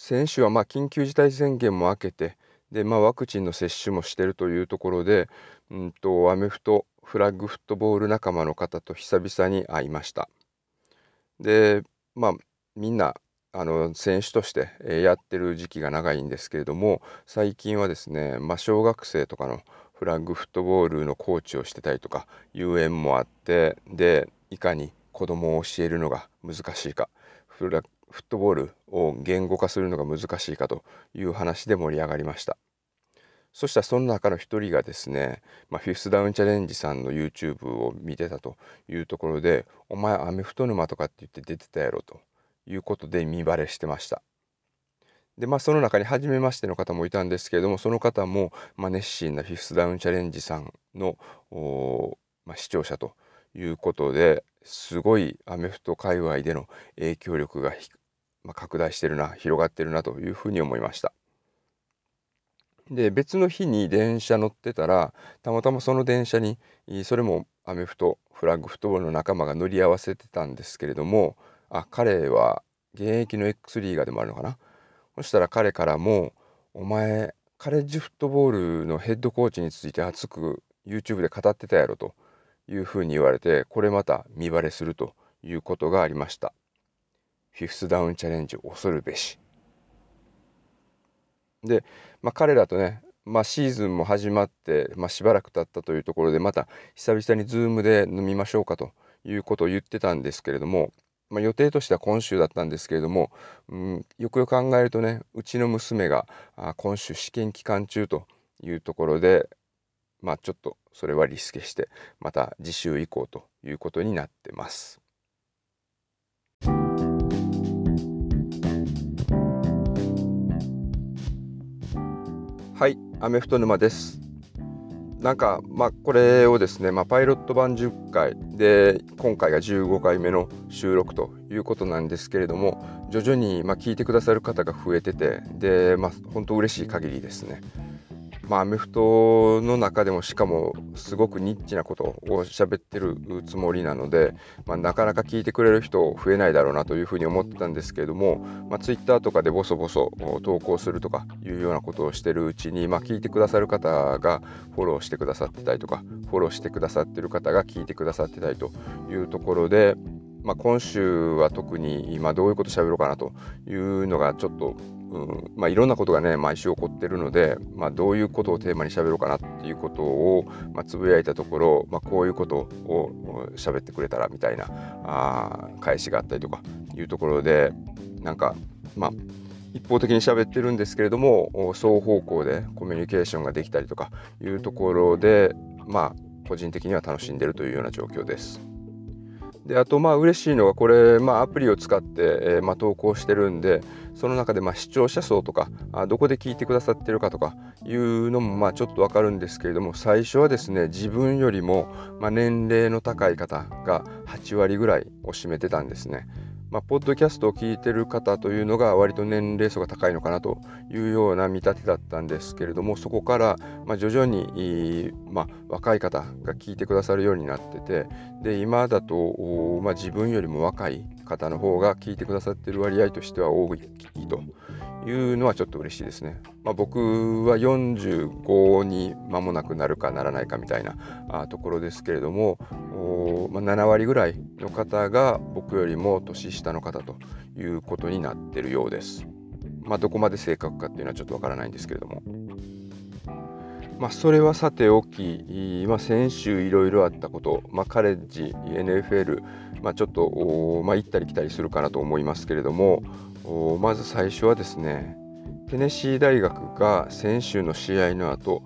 先週は緊急事態宣言も明けて、で、ワクチンの接種もしているというところで、アメフト、フラッグフットボール仲間の方と久々に会いました。で、みんな、選手として、やってる時期が長いんですけれども、最近はですね、小学生とかのフラッグフットボールのコーチをしてたりとかいう縁もあって、で、いかに子供を教えるのが難しいか、フットボールを言語化するのが難しいかという話で盛り上がりました。そしたらその中の一人がですね、フィフスダウンチャレンジさんの YouTube を見てたというところで、お前アメフト沼とかって言って出てたやろということで見バレしてました。で、その中に初めましての方もいたんですけれども、その方も、熱心なフィフスダウンチャレンジさんの、視聴者ということで、すごいアメフト界隈での影響力が拡大してるな、広がってるなというふうに思いました。で、別の日に電車乗ってたら、たまたまその電車に、それもアメフト、フラッグフットボールの仲間が乗り合わせてたんですけれども、彼は現役の X リーガーでもあるのかな。そしたら彼からも、お前、カレッジフットボールのヘッドコーチについて熱く YouTube で語ってたやろというふうに言われて、これまた見バレするということがありました。フィフスダウンチャレンジ恐るべし。で、彼らとね、シーズンも始まって、しばらく経ったというところで、また久々にズームで飲みましょうかということを言ってたんですけれども、予定としては今週だったんですけれども、よくよく考えるとね、うちの娘が今週試験期間中というところで、ちょっとそれはリスケして、また次週以降ということになってます。はい、アメフト沼です。これをですね、パイロット版10回で、今回が15回目の収録ということなんですけれども、徐々に聞いてくださる方が増えてて、で、本当嬉しい限りですね。アメフトの中でもしかもすごくニッチなことを喋ってるつもりなので、なかなか聞いてくれる人増えないだろうなというふうに思ってたんですけれども、ツイッターとかでボソボソ投稿するとかいうようなことをしてるうちに、聞いてくださる方がフォローしてくださってたりとか、フォローしてくださってる方が聞いてくださってたりというところで、今週は特に今どういうこと喋ろうかなというのがちょっといろんなことがね毎週起こってるので、どういうことをテーマに喋ろうかなっていうことを、つぶやいたところ、こういうことを喋ってくれたらみたいな返しがあったりとかいうところで、一方的に喋ってるんですけれども、双方向でコミュニケーションができたりとかいうところで、個人的には楽しんでるというような状況です。で、あと嬉しいのがこれ、アプリを使って、投稿してるんで、その中で視聴者層とかどこで聞いてくださってるかとかいうのもちょっとわかるんですけれども、最初はですね、自分よりも年齢の高い方が8割ぐらいを占めてたんですね。ポッドキャストを聞いてる方というのが割と年齢層が高いのかなというような見立てだったんですけれども、そこから徐々に若い方が聞いてくださるようになってて、で今だと自分よりも若い方の方が聞いてくださっている割合としては多いというのはちょっと嬉しいですね。僕は45に間もなくなるかならないかみたいなところですけれども、7割ぐらいの方が僕よりも年下の方ということになっているようです。どこまで正確かっていうのはちょっとわからないんですけれども、それはさておき、先週いろいろあったこと、カレッジ NFL、ちょっと行ったり来たりするかなと思いますけれども、まず最初はですね、テネシー大学が先週の試合の後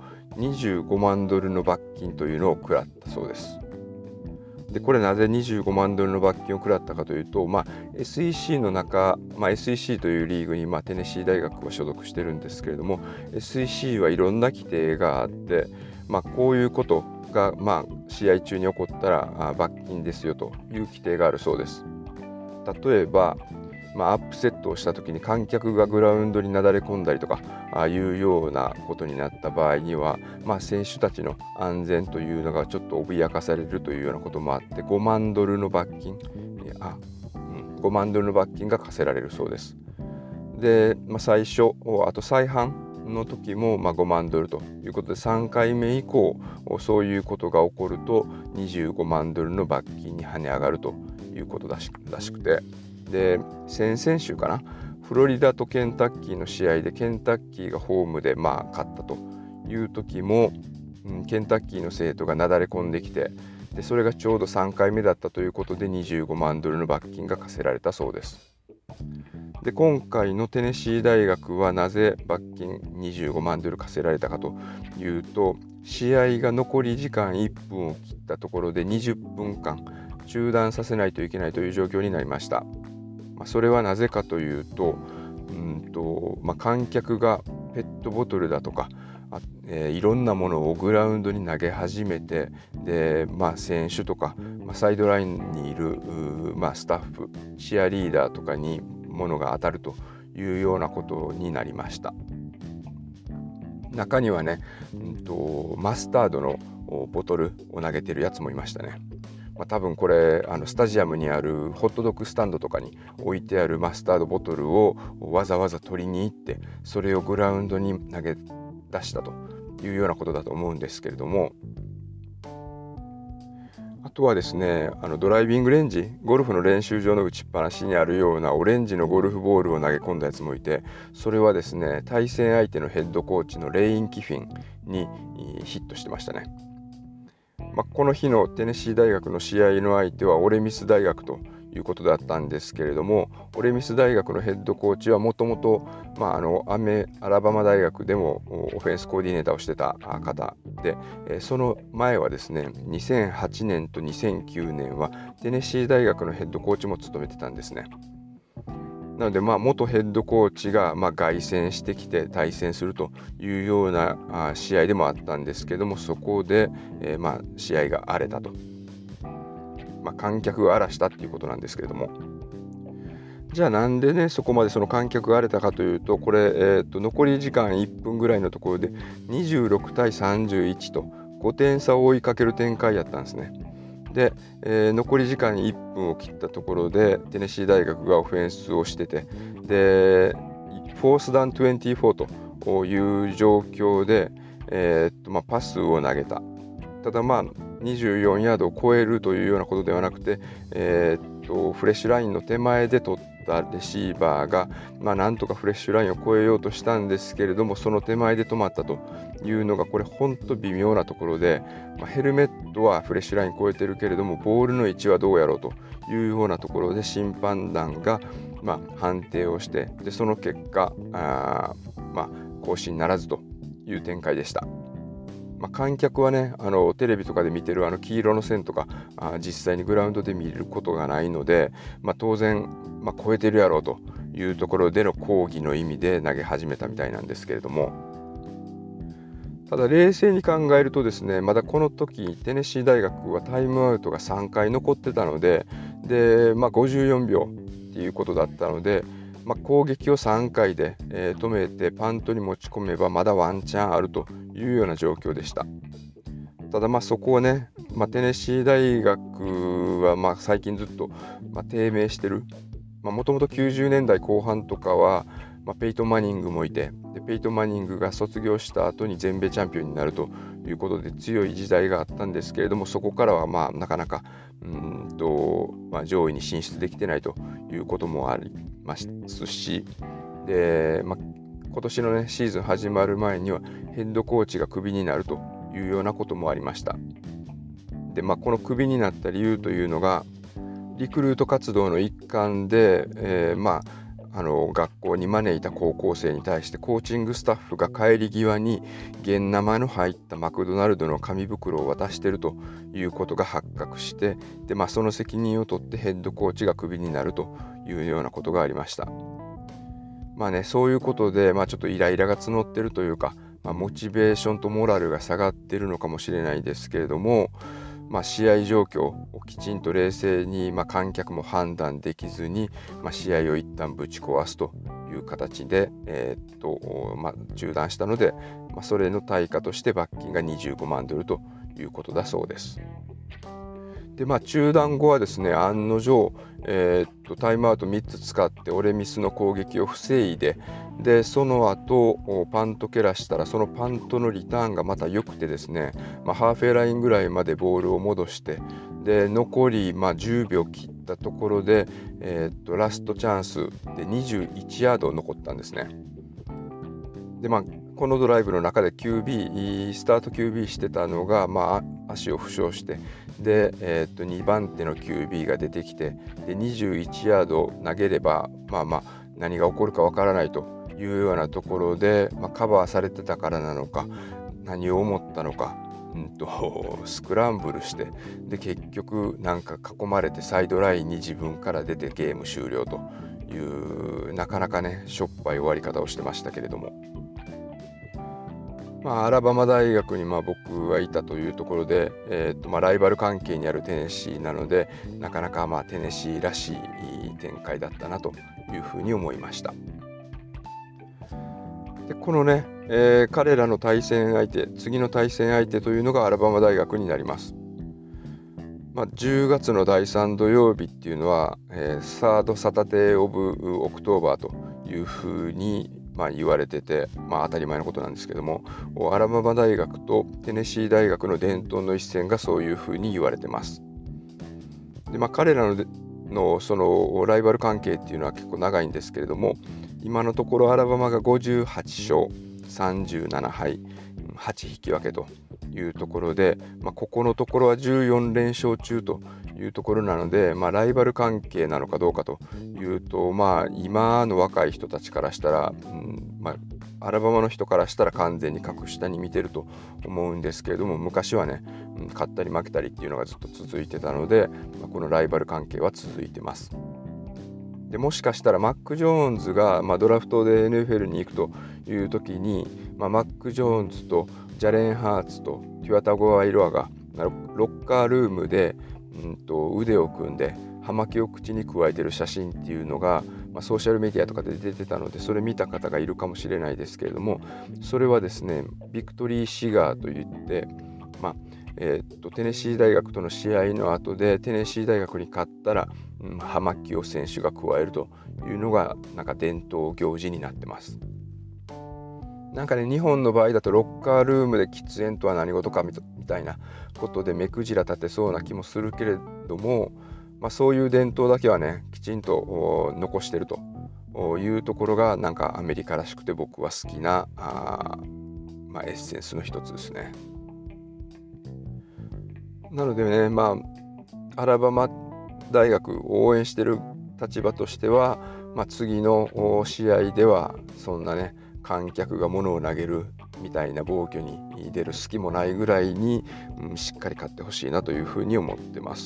25万ドルの罰金というのを食らったそうです。で、これなぜ25万ドルの罰金を食らったかというと、SEC の中、SEC というリーグにテネシー大学は所属してるんですけれども、SEC はいろんな規定があって、こういうことが、試合中に起こったら罰金ですよという規定があるそうです。例えば、アップセットをした時に観客がグラウンドになだれ込んだりとかいうようなことになった場合には、選手たちの安全というのがちょっと脅かされるというようなこともあって5万ドルの罰金が課せられるそうです。 で、最初、あと再犯の時も5万ドルということで、3回目以降そういうことが起こると25万ドルの罰金に跳ね上がるということらしくて、で先々週かな、フロリダとケンタッキーの試合でケンタッキーがホームで勝ったという時も、ケンタッキーの生徒がなだれ込んできて、でそれがちょうど3回目だったということで25万ドルの罰金が課せられたそうです。で今回のテネシー大学はなぜ罰金25万ドル課せられたかというと、試合が残り時間1分を切ったところで20分間中断させないといけないという状況になりました。それはなぜかというと、観客がペットボトルだとかいろんなものをグラウンドに投げ始めて、で、選手とか、サイドラインにいる、スタッフ、チアリーダーとかに物が当たるというようなことになりました。中にはね、マスタードのボトルを投げてるやつもいましたね。多分これスタジアムにあるホットドッグスタンドとかに置いてあるマスタードボトルをわざわざ取りに行って、それをグラウンドに投げ出したというようなことだと思うんですけれども、あとはですね、ドライビングレンジ、ゴルフの練習場の打ちっぱなしにあるようなオレンジのゴルフボールを投げ込んだやつもいて、それはですね、対戦相手のヘッドコーチのレイン・キフィンにヒットしてましたね。この日のテネシー大学の試合の相手はオレミス大学ということだったんですけれども、オレミス大学のヘッドコーチはもともとアラバマ大学でもオフェンスコーディネーターをしてた方で、その前はですね、2008年と2009年はテネシー大学のヘッドコーチも務めてたんですね。なので元ヘッドコーチが凱旋してきて対戦するというような試合でもあったんですけども、そこで試合が荒れたと、観客が荒らしたっていうことなんですけれども、じゃあなんでねそこまでその観客が荒れたかというと、これ、残り時間1分ぐらいのところで26対31と5点差を追いかける展開やったんですね。で、残り時間1分を切ったところでテネシー大学がオフェンスをしてて、でフォースダウン24という状況で、パスを投げた。ただ24ヤードを超えるというようなことではなくて、フレッシュラインの手前で取ったレシーバーが、なんとかフレッシュラインを超えようとしたんですけれども、その手前で止まったというのがこれ本当微妙なところで、ヘルメットはフレッシュライン超えてるけれどもボールの位置はどうやろうというようなところで審判団が判定をして、でその結果更新ならずという展開でした。観客はね、テレビとかで見てる黄色の線とか実際にグラウンドで見ることがないので、当然、超えてるやろうというところでの抗議の意味で投げ始めたみたいなんですけれども、ただ冷静に考えるとですね、まだこの時テネシー大学はタイムアウトが3回残ってたので、54秒っていうことだったので、攻撃を3回で、止めてパントに持ち込めばまだワンチャンあるというような状況でした。ただそこをね、テネシー大学は最近ずっと低迷してる。もともと90年代後半とかは、ペイトン・マニングもいて、でペイトン・マニングが卒業した後に全米チャンピオンになるということで強い時代があったんですけれども、そこからはなかなか上位に進出できてないということもありますし、で、今年のねシーズン始まる前にはヘッドコーチがクビになるというようなこともありました。で、このクビになった理由というのが、リクルート活動の一環で、学校に招いた高校生に対してコーチングスタッフが帰り際に現生の入ったマクドナルドの紙袋を渡しているということが発覚して、で、その責任を取ってヘッドコーチがクビになるというようなことがありました。そういうことで、ちょっとイライラが募ってるというか、モチベーションとモラルが下がっているのかもしれないですけれども、試合状況をきちんと冷静に、観客も判断できずに、試合を一旦ぶち壊すという形で、中断したので、それの対価として罰金が25万ドルということだそうです。 で中断後はですね、案の定、タイムアウト3つ使ってオレミスの攻撃を防いで、その後パント蹴らしたら、そのパントのリターンがまた良くてですね、ハーフウェイラインぐらいまでボールを戻して、で残り10秒切ったところで、ラストチャンスで21ヤード残ったんですね。でこのドライブの中で QB スタート QB してたのが、足を負傷して、で、2番手の QB が出てきて、で21ヤード投げれば何が起こるかわからないというようなところで、カバーされてたからなのか何を思ったのか、スクランブルして、で結局なんか囲まれてサイドラインに自分から出てゲーム終了という、なかなかねしょっぱい終わり方をしてましたけれども、アラバマ大学に僕はいたというところで、ライバル関係にあるテネシーなので、なかなかテネシーらしい展開だったなというふうに思いました。でこのね、彼らの対戦相手、次の対戦相手というのがアラバマ大学になります。10月の第3土曜日っていうのは、サードサタデーオブオクトーバーというふうに言われてて、当たり前のことなんですけども、アラバマ大学とテネシー大学の伝統の一戦がそういうふうに言われてます。で彼らのそのライバル関係っていうのは結構長いんですけれども、今のところアラバマが58勝37敗8引き分けというところで、ここのところは14連勝中というところなので、ライバル関係なのかどうかというと、今の若い人たちからしたら、アラバマの人からしたら完全に格下に見てると思うんですけれども、昔はね、勝ったり負けたりっていうのがずっと続いてたので、このライバル関係は続いてます。でもしかしたらマック・ジョーンズが、ドラフトで NFL に行くという時に、マック・ジョーンズとジャレン・ハーツとテュアタゴワイロアがロッカールームで、腕を組んで葉巻を口にくわえてる写真っていうのが、ソーシャルメディアとかで出てたので、それ見た方がいるかもしれないですけれども、それはですね、ビクトリーシガーといって、テネシー大学との試合の後でテネシー大学に勝ったら、葉巻を選手が加えるというのがなんか伝統行事になってます。なんかね、日本の場合だとロッカールームで喫煙とは何事かみたいなことで目くじら立てそうな気もするけれども、そういう伝統だけはねきちんと残してるというところがなんかアメリカらしくて僕は好きなエッセンスの一つですね。なのでね、アラバマ大学を応援してる立場としては、次の試合ではそんなね観客が物を投げるみたいな暴挙に出る隙もないぐらいに、しっかり勝ってほしいなというふうに思ってます。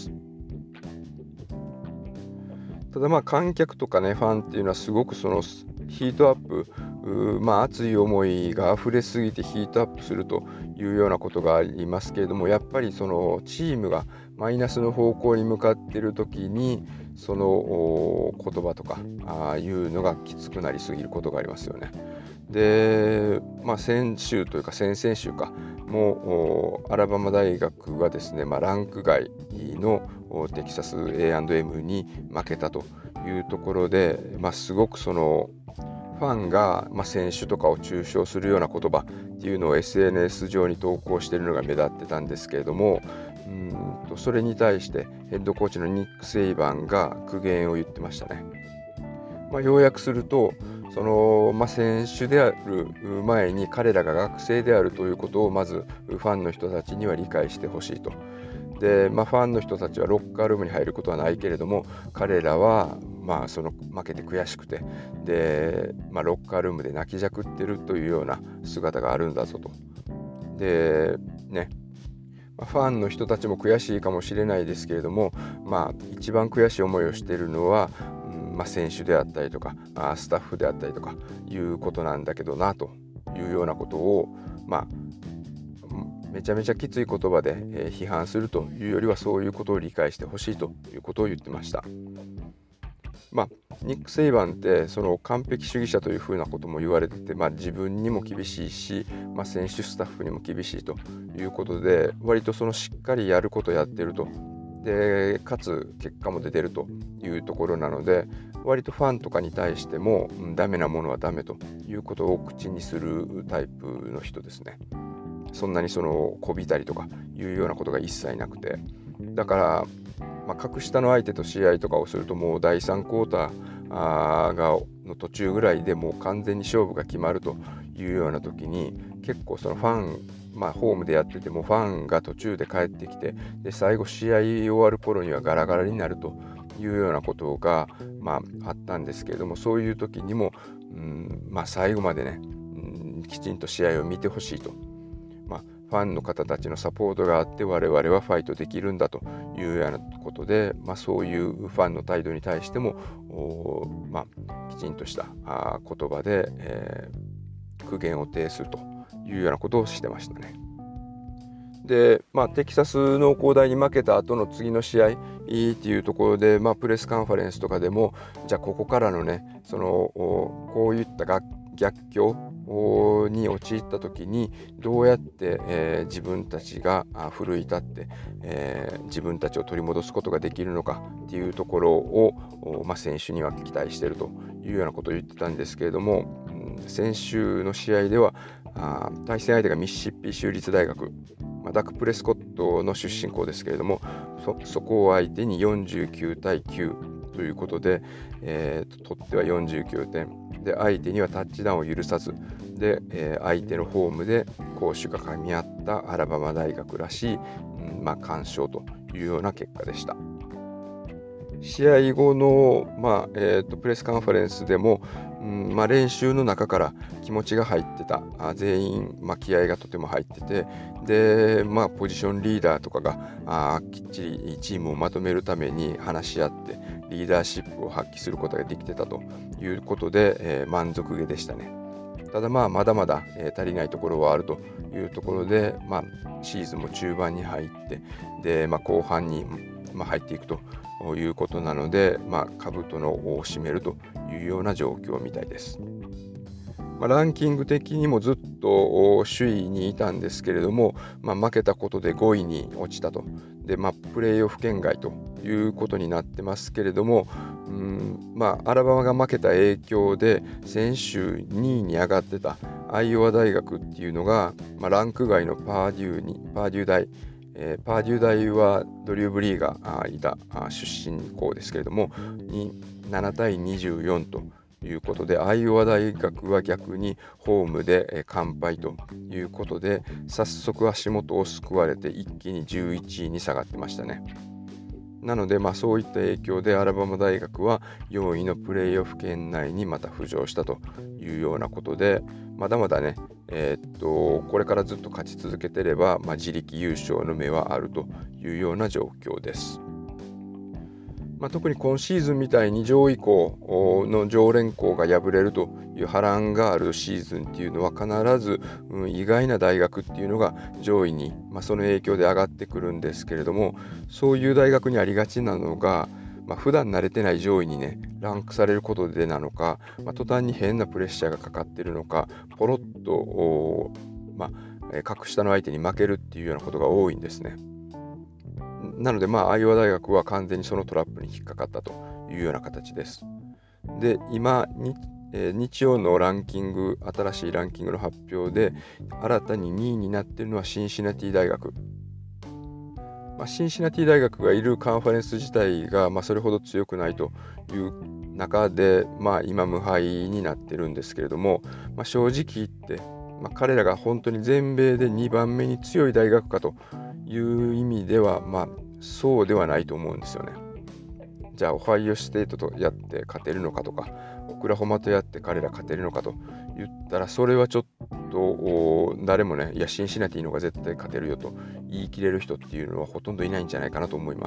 ただ観客とかねファンっていうのはすごくそのヒートアップ、熱い思いが溢れすぎてヒートアップするというようなことがありますけれども、やっぱりそのチームがマイナスの方向に向かっている時にその言葉とかいうのがきつくなりすぎることがありますよね。で、先週というか先々週かもうアラバマ大学がですね、ランク外のテキサス A&M に負けたというところで、すごくそのファンが、選手とかを中傷するような言葉っていうのを SNS 上に投稿しているのが目立ってたんですけれども、それに対してヘッドコーチのニック・セイバンが苦言を言ってましたね。要約すると、その選手である前に彼らが学生であるということをまずファンの人たちには理解してほしいと。で、ファンの人たちはロッカールームに入ることはないけれども、彼らはその負けて悔しくて、で、ロッカールームで泣きじゃくってるというような姿があるんだぞと。でね、ファンの人たちも悔しいかもしれないですけれども、一番悔しい思いをしているのは、選手であったりとかスタッフであったりとかいうことなんだけどなというようなことを、めちゃめちゃきつい言葉で、批判するというよりはそういうことを理解してほしいということを言ってました。ニック・セイバンってその完璧主義者というふうなことも言われてて、自分にも厳しいし、選手スタッフにも厳しいということで、割とそのしっかりやることやってるとでかつ結果も出てるというところなので、割とファンとかに対しても、ダメなものはダメということを口にするタイプの人ですね。そんなにこびたりとかいうようなことが一切なくて、だから、格下の相手と試合とかをすると、もう第3クォーターの途中ぐらいでもう完全に勝負が決まるというような時に、結構ファン、ホームでやっててもファンが途中で帰ってきて、で最後試合終わる頃にはガラガラになるというようなことが、あったんですけれども、そういう時にも、最後までね、きちんと試合を見てほしいと。ファンの方たちのサポートがあって我々はファイトできるんだというようなことで、そういうファンの態度に対してもきちんとした言葉で、苦言を呈するというようなことをしてましたね。で、テキサス農工大に負けた後の次の試合っていうところで、プレスカンファレンスとかでも、じゃあここからのね、こういった逆境に陥った時にどうやって、自分たちが奮い立って、自分たちを取り戻すことができるのかっていうところを、選手には期待しているというようなことを言ってたんですけれども、先週の試合では対戦相手がミシシッピ州立大学、ダック・プレスコットの出身校ですけれども、そこを相手に49対9ということで、取っては49点で、相手にはタッチダウンを許さずで、相手のホームで攻守が噛み合ったアラバマ大学らしい、完勝というような結果でした。試合後の、プレスカンファレンスでも、練習の中から気持ちが入ってた、全員、気合がとても入ってて、で、ポジションリーダーとかがきっちりチームをまとめるために話し合ってリーダーシップを発揮することができてたということで、満足げでしたね。ただまだまだ、足りないところはあるというところで、シーズンも中盤に入ってで、後半に、入っていくということなので、兜の尾を締めるというような状況みたいです。ランキング的にもずっと首位にいたんですけれども、負けたことで5位に落ちたと。で、プレーオフ圏外ということになってますけれども、アラバマが負けた影響で先週2位に上がってたアイオワ大学っていうのが、ランク外のパーデュー大、パーデュー大はドリュー・ブリーがいた出身校ですけれども、7対24ということで、アイオワ大学は逆にホームで完敗ということで、早速足元を救われて一気に11位に下がってましたね。なので、そういった影響でアラバマ大学は4位のプレーオフ圏内にまた浮上したというようなことで、まだまだね、これからずっと勝ち続けてれば、自力優勝の目はあるというような状況です。特に今シーズンみたいに上位校の常連校が敗れるという波乱があるシーズンっていうのは必ず、意外な大学っていうのが上位に、その影響で上がってくるんですけれども、そういう大学にありがちなのが、普段慣れてない上位にねランクされることでなのか、途端に変なプレッシャーがかかっているのか、ポロッと格下の相手に負けるっていうようなことが多いんですね。なので、アイオワ大学は完全にそのトラップに引っかかったというような形です。で、今日曜のランキング、新しいランキングの発表で新たに2位になっているのはシンシナティ大学。シンシナティ大学がいるカンファレンス自体が、それほど強くないという中で、今無敗になってるんですけれども、正直言って、彼らが本当に全米で2番目に強い大学かという意味では、そうではないと思うんですよね。じゃあオハイオステートとやって勝てるのかとか、オクラホマとやって彼ら勝てるのかと言ったら、それはちょっと誰もね、いやシンシナティの方が絶対勝てるよと言い切れる人っていうのはほとんどいないんじゃないかなと思います。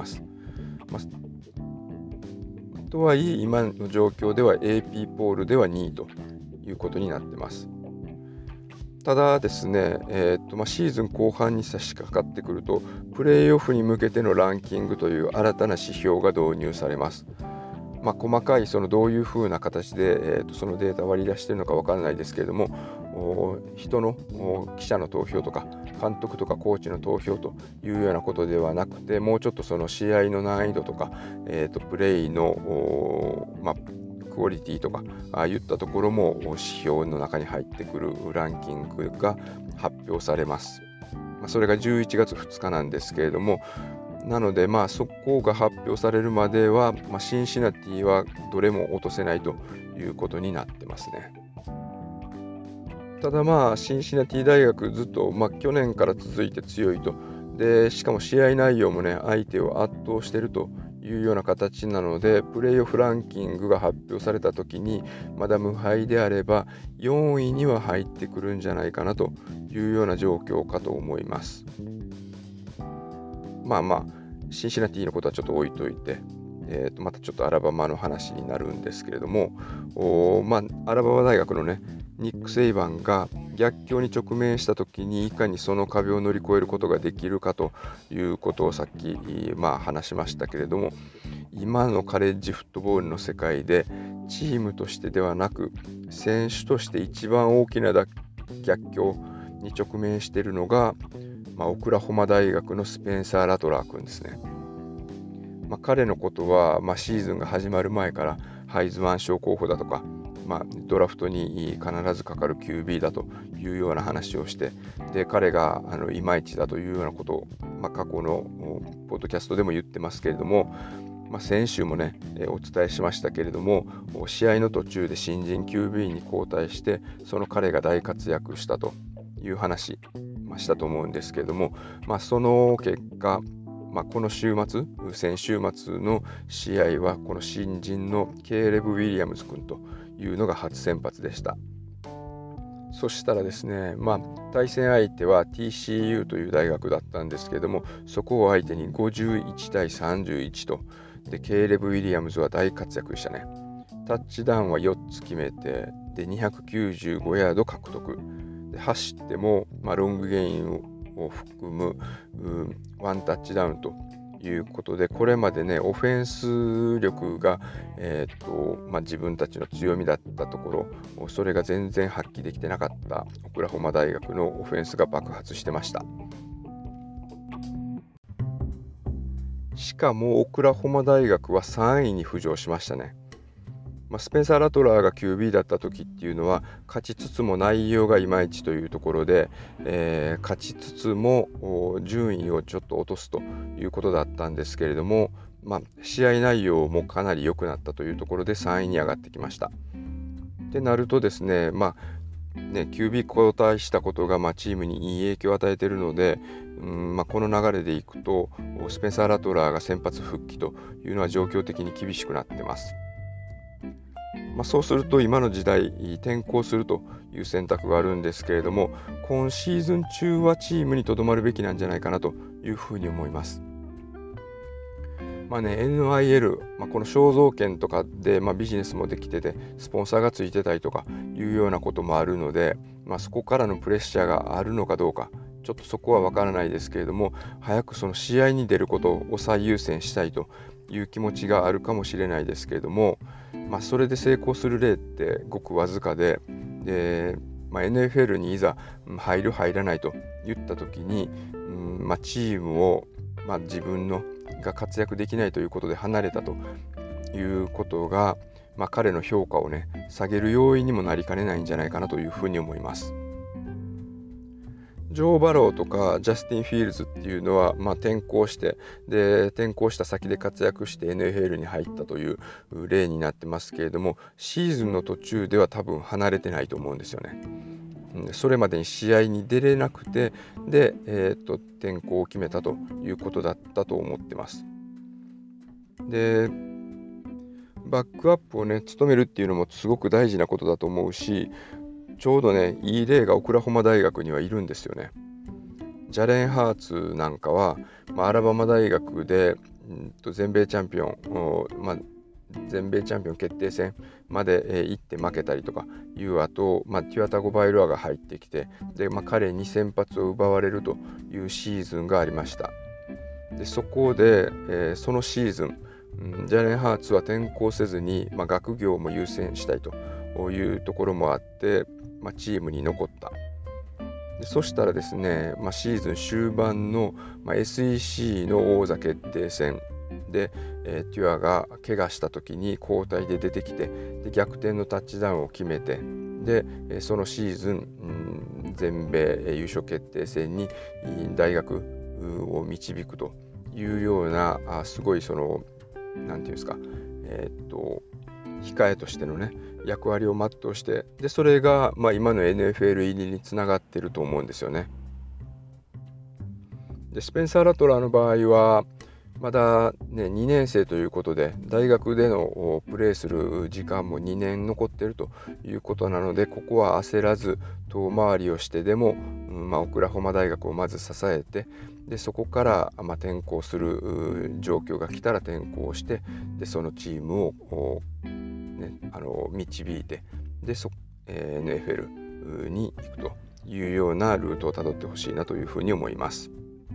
とはいえ今の状況では AP ポールでは2位ということになってます。ただですね、シーズン後半に差し掛かってくると、プレーオフに向けてのランキングという新たな指標が導入されます。 細かいそのどういうふうな形で、そのデータ割り出しているのかわからないですけれども、人の記者の投票とか監督とかコーチの投票というようなことではなくて、もうちょっとその試合の難易度とか、プレイのクオリティとかいったところも指標の中に入ってくるランキングが発表されます。それが11月2日なんですけれども、なのでそこが発表されるまでは、シンシナティはどれも落とせないということになってますね。ただシンシナティ大学ずっと、去年から続いて強いと。でしかも試合内容もね、相手を圧倒しているというような形なので、プレーオフランキングが発表された時にまだ無敗であれば4位には入ってくるんじゃないかなというような状況かと思います。シンシナティのことはちょっと置いといて、またちょっとアラバマの話になるんですけれども、アラバマ大学のね、ニック・セイバンが逆境に直面した時にいかにその壁を乗り越えることができるかということをさっき、話しましたけれども、今のカレッジフットボールの世界でチームとしてではなく選手として一番大きな逆境に直面しているのが、オクラホマ大学のスペンサー・ラトラー君ですね。彼のことは、シーズンが始まる前からハイズマン賞候補だとか、ドラフトに必ずかかる QB だというような話をして、で彼がいまいちだというようなことを、過去のポッドキャストでも言ってますけれども、先週もね、お伝えしましたけれども、試合の途中で新人 QB に交代して、その彼が大活躍したという話、したと思うんですけれども、その結果、この週末、先週末の試合はこの新人のケーレブ・ウィリアムズ君というのが初先発でした。そしたらですね、対戦相手は TCU という大学だったんですけれども、そこを相手に51対31と、でケーレブ・ウィリアムズは大活躍でしたね。タッチダウンは4つ決めて、で295ヤード獲得。で走っても、ロングゲインを含むワンタッチダウンということで、これまでね、オフェンス力が、自分たちの強みだったところ、それが全然発揮できてなかったオクラホマ大学のオフェンスが爆発してました。しかもオクラホマ大学は3位に浮上しましたね。スペンサー・ラトラーが QB だった時っていうのは、勝ちつつも内容がいまいちというところで、勝ちつつも順位をちょっと落とすということだったんですけれども、試合内容もかなり良くなったというところで3位に上がってきました。ってなるとですね、QB 交代したことがチームにいい影響を与えているので、この流れでいくとスペンサー・ラトラーが先発復帰というのは状況的に厳しくなってます。そうすると今の時代転校するという選択があるんですけれども、今シーズン中はチームにとどまるべきなんじゃないかなというふうに思います。NIL、この肖像権とかで、ビジネスもできててスポンサーがついてたりとかいうようなこともあるので、そこからのプレッシャーがあるのかどうか、ちょっとそこは分からないですけれども、早くその試合に出ることを最優先したいという気持ちがあるかもしれないですけれども、それで成功する例ってごくわずかで、NFL にいざ入る入らないと言った時に、チームを、自分のが活躍できないということで離れたということが、彼の評価をね下げる要因にもなりかねないんじゃないかなというふうに思います。ジョー・バローとかジャスティン・フィールズっていうのは、転校して転校した先で活躍して NFL に入ったという例になってますけれども、シーズンの途中では多分離れてないと思うんですよね。それまでに試合に出れなくて、で、転校を決めたということだったと思ってます。で、バックアップをね務めるっていうのもすごく大事なことだと思うし、ちょうどねいい例がオクラホマ大学にはいるんですよね。ジャレン・ハーツなんかは、アラバマ大学で全米チャンピオン、全米チャンピオン決定戦まで行って負けたりとかいう後、テュアタゴ・バイロアが入ってきて、で、彼に先発を奪われるというシーズンがありました。でそこで、そのシーズンジャレン・ハーツは転校せずに、学業も優先したいというところもあって、チームに残った。でそしたらですね、シーズン終盤の、SEC の王座決定戦で、テュアが怪我した時に交代で出てきて、で逆転のタッチダウンを決めて、でそのシーズン、全米優勝決定戦に大学を導くというようなすごいなんていうんですか、控えとしてのね役割を全うして、でそれが、今の NFL 入りにつながっていると思うんですよね。でスペンサー・ラトラーの場合はまだ、2年生ということで、大学でのプレーする時間も2年残っているということなので、ここは焦らず遠回りをしてでも、オクラホマ大学をまず支えて、でそこから、転校する状況が来たら転校して、でそのチームを、導いて、でNFL に行くというようなルートをたどってほしいなというふうに思います。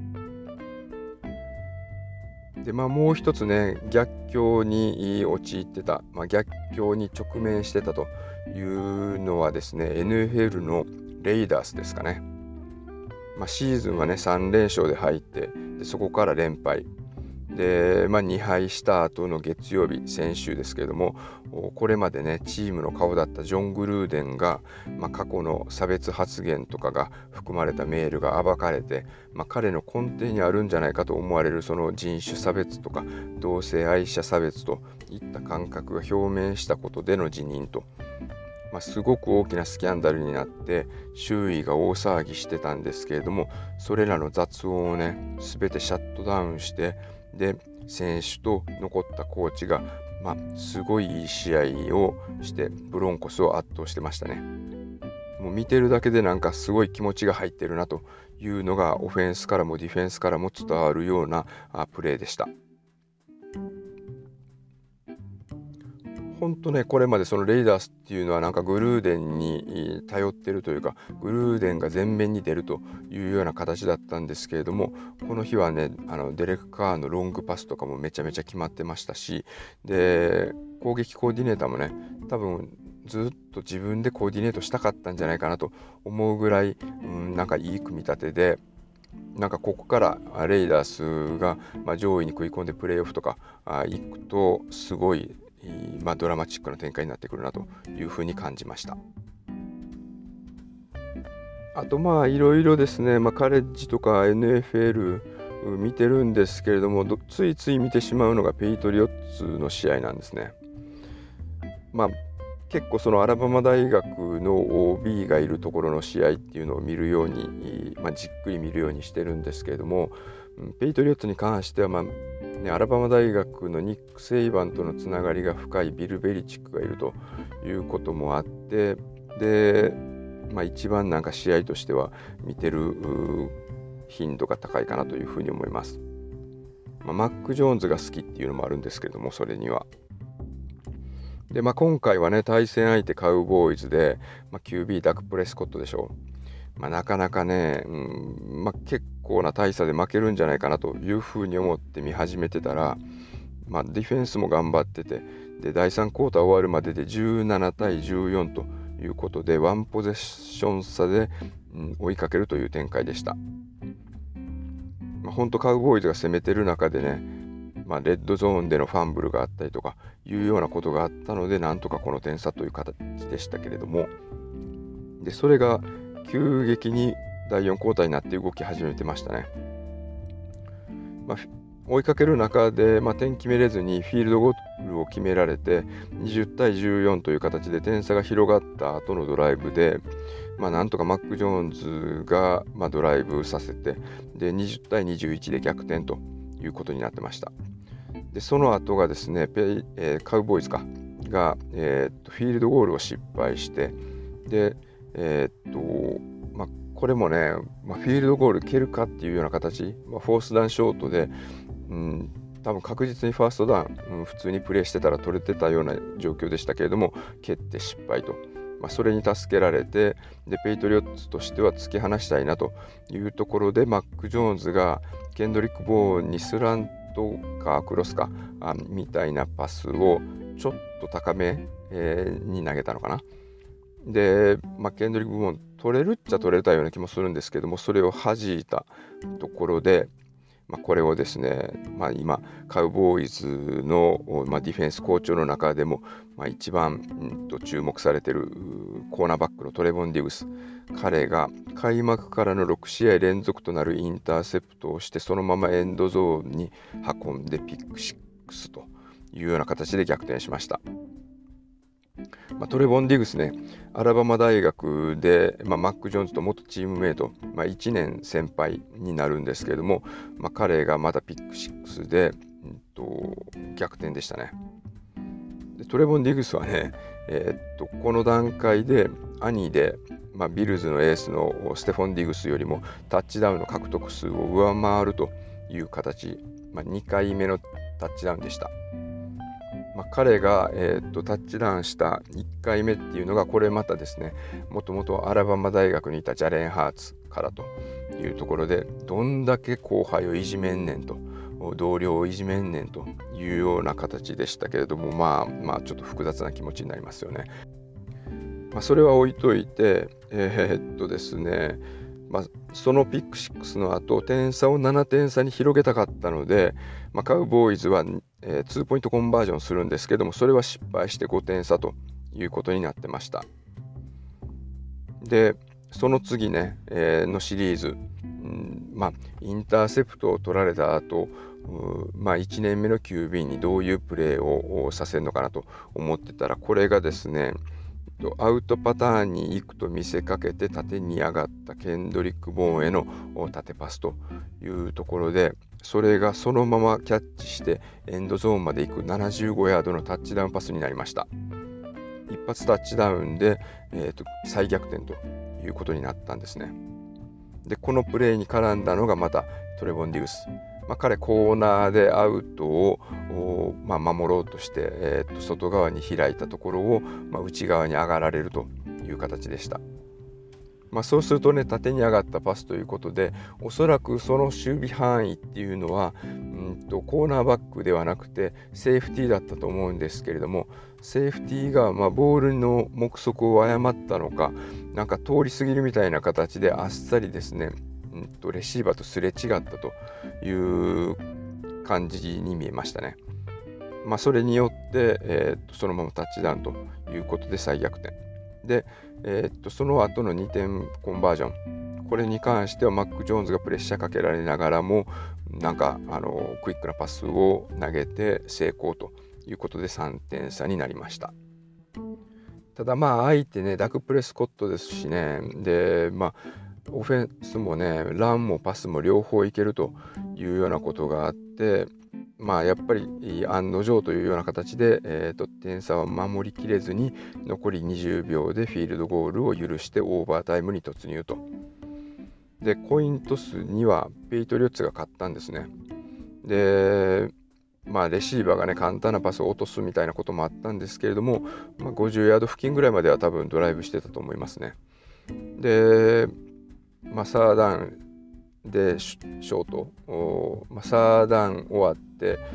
でもう一つね、逆境に陥ってた、逆境に直面してたというのはですね、NFL のレイダースですかね。シーズンはね3連勝で入って、でそこから連敗で、2敗した後の月曜日、先週ですけれども、これまでねチームの顔だったジョン・グルーデンが、過去の差別発言とかが含まれたメールが暴かれて、彼の根底にあるんじゃないかと思われるその人種差別とか同性愛者差別といった感覚が表明したことでの辞任と、すごく大きなスキャンダルになって周囲が大騒ぎしてたんですけれども、それらの雑音をね全てシャットダウンして、で選手と残ったコーチが、すごいいい試合をしてブロンコスを圧倒してましたね。もう見てるだけでなんかすごい気持ちが入ってるなというのがオフェンスからもディフェンスからも伝わるようなプレーでした。本当ね、これまでそのレイダースっていうのはなんかグルーデンに頼ってるというか、グルーデンが前面に出るというような形だったんですけれども、この日はねデレク・カーのロングパスとかもめちゃめちゃ決まってましたし、で攻撃コーディネーターもね多分ずっと自分でコーディネートしたかったんじゃないかなと思うぐらい、なんかいい組み立てで、なんかここからレイダースが上位に食い込んでプレーオフとか行くとすごいドラマチックな展開になってくるなというふうに感じました。あといろいろですね、カレッジとか NFL 見てるんですけれども、ついつい見てしまうのがペイトリオッツの試合なんですね。結構そのアラバマ大学の OB がいるところの試合っていうのを見るように、じっくり見るようにしてるんですけれども、ペイトリオッツに関しては、アラバマ大学のニック・セイバンとのつながりが深いビル・ベリチックがいるということもあって、で、一番なんか試合としては見てる頻度が高いかなというふうに思います。マック・ジョーンズが好きっていうのもあるんですけれども、それには。で、今回はね、対戦相手カウボーイズで、QB ダク・プレスコットでしょう。なかなかね、結構な大差で負けるんじゃないかなというふうに思って見始めてたら、ディフェンスも頑張ってて、で第3クォーター終わるまでで17対14ということで、ワンポゼッション差で、追いかけるという展開でした。本当カウボーイズが攻めてる中でね、レッドゾーンでのファンブルがあったりとかいうようなことがあったので、なんとかこの点差という形でしたけれども、でそれが急激に第4クォーターになって動き始めてましたね。追いかける中で、点決めれずにフィールドゴールを決められて20対14という形で点差が広がった後のドライブで、なんとかマック・ジョーンズが、ドライブさせて、で20対21で逆転ということになってました。でその後がですね、カウボーイズが、フィールドゴールを失敗して、で、これもね、フィールドゴール蹴るかっていうような形、フォースダウンショートで、多分確実にファーストダウン、普通にプレーしてたら取れてたような状況でしたけれども、蹴って失敗と。それに助けられて、でペイトリオッツとしては突き放したいなというところで、マック・ジョーンズがケンドリック・ボーンにスラントかクロスかみたいなパスをちょっと高め、に投げたのかな。で、ケンドリック・ブーン取れるっちゃ取れたような気もするんですけども、それを弾いたところで、これをですね、今カウボーイズの、ディフェンス好調の中でも、一番、注目されているコーナーバックのトレボン・ディグス、彼が開幕からの6試合連続となるインターセプトをして、そのままエンドゾーンに運んでピック6というような形で逆転しました。トレボン・ディグスね、アラバマ大学で、マック・ジョーンズと元チームメイト、1年先輩になるんですけれども、彼がまたピック6で、逆転でしたね。でトレボン・ディグスはね、この段階で兄で、ビルズのエースのステフォン・ディグスよりもタッチダウンの獲得数を上回るという形、2回目のタッチダウンでした。彼が、タッチダウンした1回目っていうのが、これまたですね、もともとアラバマ大学にいたジャレン・ハーツからというところで、どんだけ後輩をいじめんねんと、同僚をいじめんねんというような形でしたけれども、ちょっと複雑な気持ちになりますよね。それは置いといて、ですね、そのピック6の後、点差を7点差に広げたかったので、カウボーイズは2ポイントコンバージョンするんですけども、それは失敗して5点差ということになってました。で、その次ね、のシリーズ、インターセプトを取られた後、1年目の QB にどういうプレーをさせるのかなと思ってたら、これがですね、アウトパターンに行くと見せかけて縦に上がったケンドリック・ボーンへの縦パスというところで、それがそのままキャッチしてエンドゾーンまで行く75ヤードのタッチダウンパスになりました。一発タッチダウンで、再逆転ということになったんですね。で、このプレーに絡んだのがまたトレボン・ディグス。彼コーナーでアウトを、守ろうとして、外側に開いたところを、内側に上がられるという形でした。そうするとね、縦に上がったパスということで、おそらくその守備範囲っていうのはコーナーバックではなくてセーフティーだったと思うんですけれども、セーフティーがボールの目測を誤ったのか、なんか通り過ぎるみたいな形であっさりですね、レシーバーとすれ違ったという感じに見えましたね。それによって、そのままタッチダウンということで再逆転で、その後の2点コンバージョン、これに関してはマック・ジョーンズがプレッシャーかけられながらもなんかクイックなパスを投げて成功ということで3点差になりました。ただ相手ね、ダク・プレスコットですしね、でオフェンスもね、ランもパスも両方いけるというようなことがあって、やっぱり案の定というような形で、点差は守りきれずに残り20秒でフィールドゴールを許してオーバータイムに突入と。で、コイントスにはペイトリオッツが勝ったんですね。で、レシーバーがね、簡単なパスを落とすみたいなこともあったんですけれども、50ヤード付近ぐらいまでは多分ドライブしてたと思いますね。で、サーダウンでショート、サーダウン終わって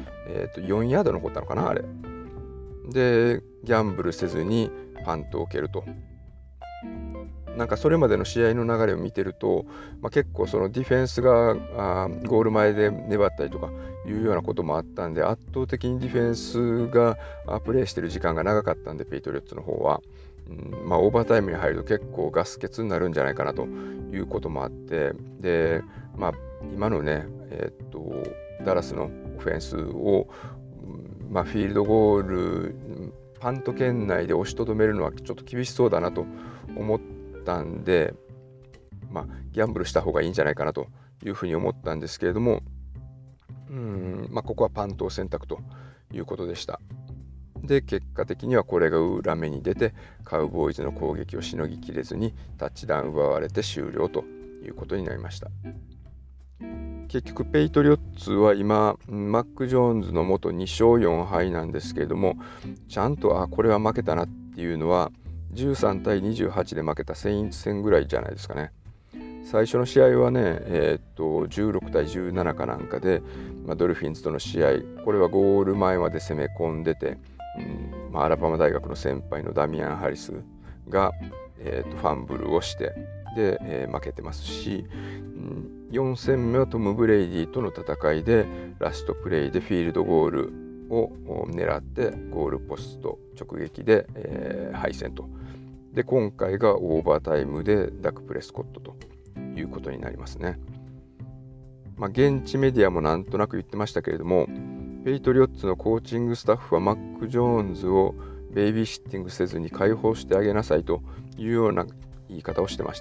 、4ヤード残ったのかな、あれ。で、ギャンブルせずにパントを蹴ると。なんかそれまでの試合の流れを見てると、結構そのディフェンスがゴール前で粘ったりとかいうようなこともあったんで、圧倒的にディフェンスがプレーしてる時間が長かったんで、ペイトリオッツの方は、オーバータイムに入ると結構ガス欠になるんじゃないかなということもあって、で、今のね、ダラスのオフェンスを、フィールドゴールパント圏内で押しとどめるのはちょっと厳しそうだなと思ったんで、ギャンブルした方がいいんじゃないかなというふうに思ったんですけれども、ここはパントを選択ということでした。で、結果的にはこれが裏目に出て、カウボーイズの攻撃をしのぎきれずにタッチダウン奪われて終了ということになりました。結局ペイトリオッツは今マック・ジョーンズの元2勝4敗なんですけれども、ちゃんとこれは負けたなっていうのは13対28で負けたセインツ戦ぐらいじゃないですかね。 最初の試合はね、16対17かなんかで、ドルフィンズとの試合、これはゴール前まで攻め込んでて、アラバマ大学の先輩のダミアン・ハリスが、ファンブルをしてで、負けてますし、4戦目はトム・ブレイディとの戦いでラストプレイでフィールドゴールを狙ってゴールポスト直撃で、敗戦と。で今回がオーバータイムでダク・プレスコットということになりますね。現地メディアもなんとなく言ってましたけれども、ペイトリオッツのコーチングスタッフはマック・ジョーンズをベイビーシッティングせずに解放してあげなさいというような言い方をしてました。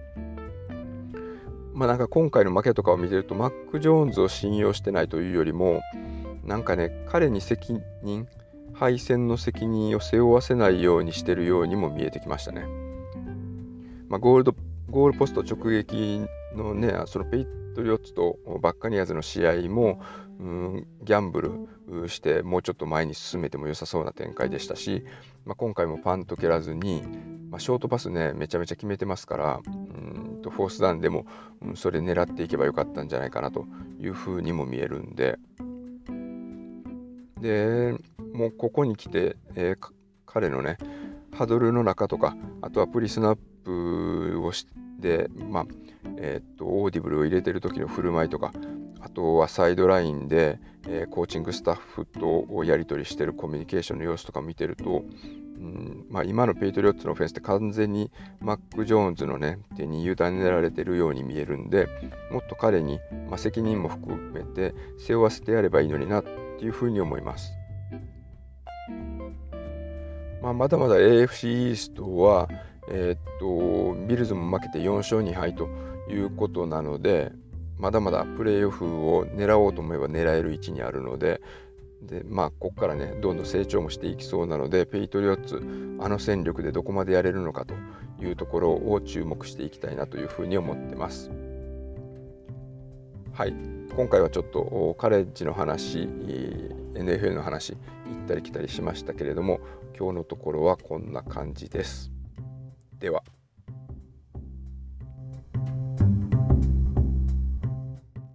なんか今回の負けとかを見てるとマック・ジョーンズを信用してないというよりも、なんかね、彼に敗戦の責任を背負わせないようにしてるようにも見えてきましたね。ゴールポスト直撃のね、そのペイトリオッツとバッカニアーズの試合もギャンブルしてもうちょっと前に進めても良さそうな展開でしたし、今回もパンと蹴らずに、ショートパスねめちゃめちゃ決めてますから、フォースダウンでもそれ狙っていけばよかったんじゃないかなというふうにも見えるんで、もうここに来て、彼のねハドルの中とか、あとはプリスナップをして、オーディブルを入れてる時の振る舞いとか、あとはサイドラインで、コーチングスタッフとやり取りしてるコミュニケーションの様子とか見てると、今のペイトリオッツのオフェンスって完全にマック・ジョーンズのね手に委ねられてるように見えるんで、もっと彼に、責任も含めて背負わせてやればいいのになっていうふうに思います。まだまだ AFC イーストは、ビルズも負けて4勝2敗ということなので、まだまだプレーオフを狙おうと思えば狙える位置にあるので、ここからねどんどん成長もしていきそうなので、ペイトリオッツ戦力でどこまでやれるのかというところを注目していきたいなというふうに思ってます。はい、今回はちょっとカレッジの話、NFL の話行ったり来たりしましたけれども、今日のところはこんな感じです。では。